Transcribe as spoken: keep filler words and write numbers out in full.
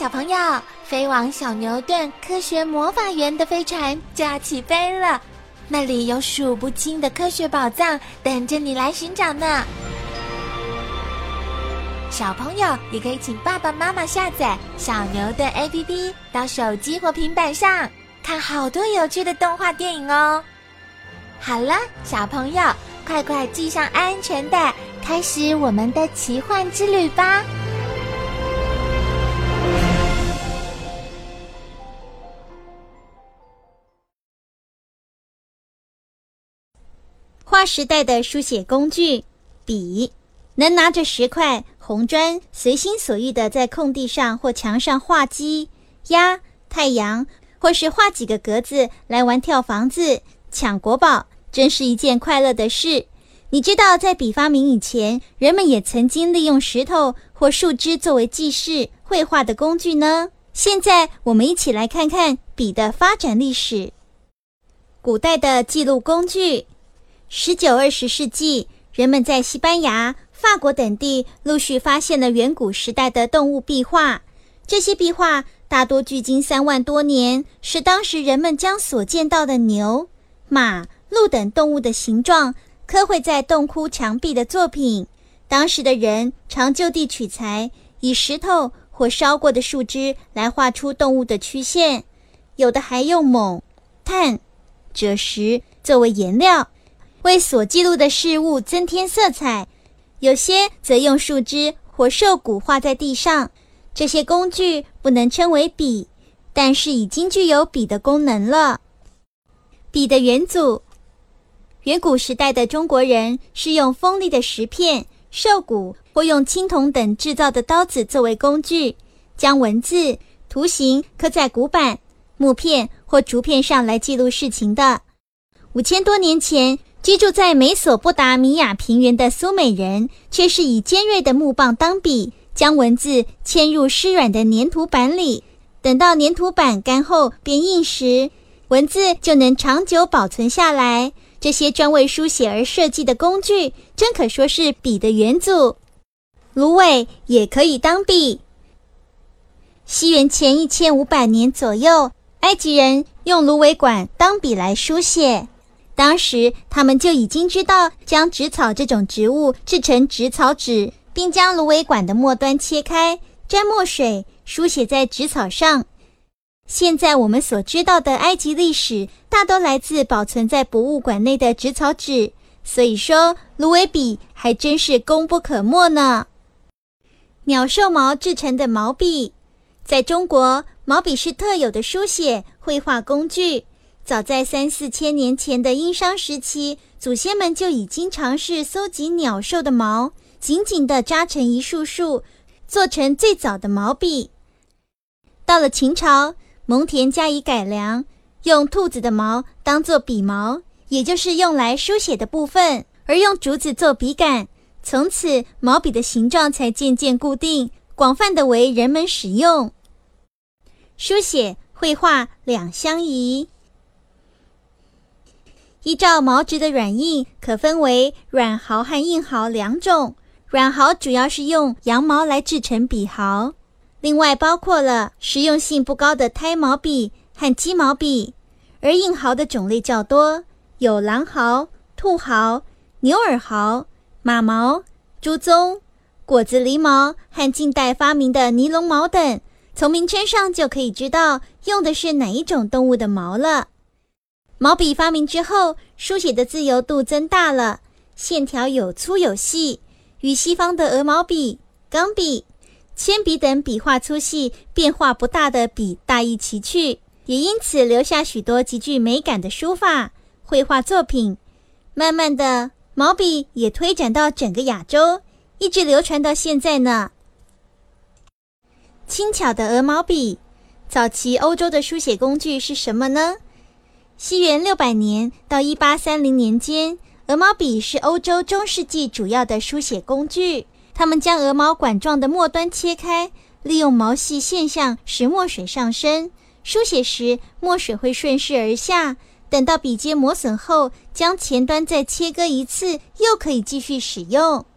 小朋友，飞往小牛顿科学魔法园的飞船就要起飞了，那里有数不清的科学宝藏等着你来寻找呢。小朋友也可以请爸爸妈妈下载小牛顿 A P P 到手机或平板上，看好多有趣的动画电影哦。好了，小朋友，快快系上安全带，开始我们的奇幻之旅吧。 划时代的书写工具，笔，能拿着石块、红砖，随心所欲地在空地上或墙上画鸡、鸭、太阳，或是画几个格子来玩跳房子、抢国宝，真是一件快乐的事。你知道，在笔发明以前，人们也曾经利用石头或树枝作为记事、绘画的工具呢。现在，我们一起来看看笔的发展历史。古代的记录工具。十九、二十世纪，人们在西班牙、法国等地陆续发现了远古时代的动物壁画。这些壁画大多距今三万多年，是当时人们将所见到的牛、马、鹿等动物的形状刻绘在洞窟墙壁的作品。当时的人常就地取材，以石头或烧过的树枝来画出动物的曲线，有的还用锰、碳、赭石作为颜料，为所记录的事物增添色彩，有些则用树枝或兽骨画在地上。这些工具不能称为笔，但是已经具有笔的功能了。笔的元祖，远古时代的中国人是用锋利的石片、兽骨或用青铜等制造的刀子作为工具，将文字、图形刻在骨板、木片或竹片上来记录事情的。五千多年前，居住在美索不达米亚平原的苏美人，却是以尖锐的木棒当笔，将文字嵌入湿软的粘土板里，等到粘土板干后变硬时，文字就能长久保存下来。这些专为书写而设计的工具，真可说是笔的元祖。芦苇也可以当笔。西元前一千五百年左右，埃及人用芦苇管当笔来书写。当时他们就已经知道将纸草这种植物制成纸草纸，并将芦苇管的末端切开，沾墨水，书写在纸草上。现在我们所知道的埃及历史，大都来自保存在博物馆内的纸草纸，所以说芦苇笔还真是功不可没呢。鸟兽毛制成的毛笔，在中国，毛笔是特有的书写、绘画工具。早在三四千年前的殷商时期，祖先们就已经尝试搜集鸟兽的毛，紧紧地扎成一束束，做成最早的毛笔。到了秦朝，蒙恬加以改良，用兔子的毛当作笔毛，也就是用来书写的部分，而用竹子做笔杆，从此毛笔的形状才渐渐固定，广泛地为人们使用。书写、绘画两相宜。依照毛质的软硬，可分为软毫和硬毫两种。软毫主要是用羊毛来制成笔毫，另外包括了实用性不高的胎毛笔和鸡毛笔。而硬毫的种类较多，有狼毫、兔毫、牛耳毫、马毛、猪鬃、果子狸毛和近代发明的尼龙毛等。从名称上就可以知道用的是哪一种动物的毛了。毛笔发明之后，书写的自由度增大了，线条有粗有细，与西方的鹅毛笔、钢笔、铅笔等笔画粗细变化不大的笔大异其趣，也因此留下许多极具美感的书法、绘画作品。慢慢的，毛笔也推展到整个亚洲，一直流传到现在呢。轻巧的鹅毛笔，早期欧洲的书写工具是什么呢？西元六百年到一八三零年间，鹅毛笔是欧洲中世纪主要的书写工具。他们将鹅毛管状的末端切开，利用毛细现象使墨水上升，书写时墨水会顺势而下，等到笔尖磨损后，将前端再切割一次，又可以继续使用。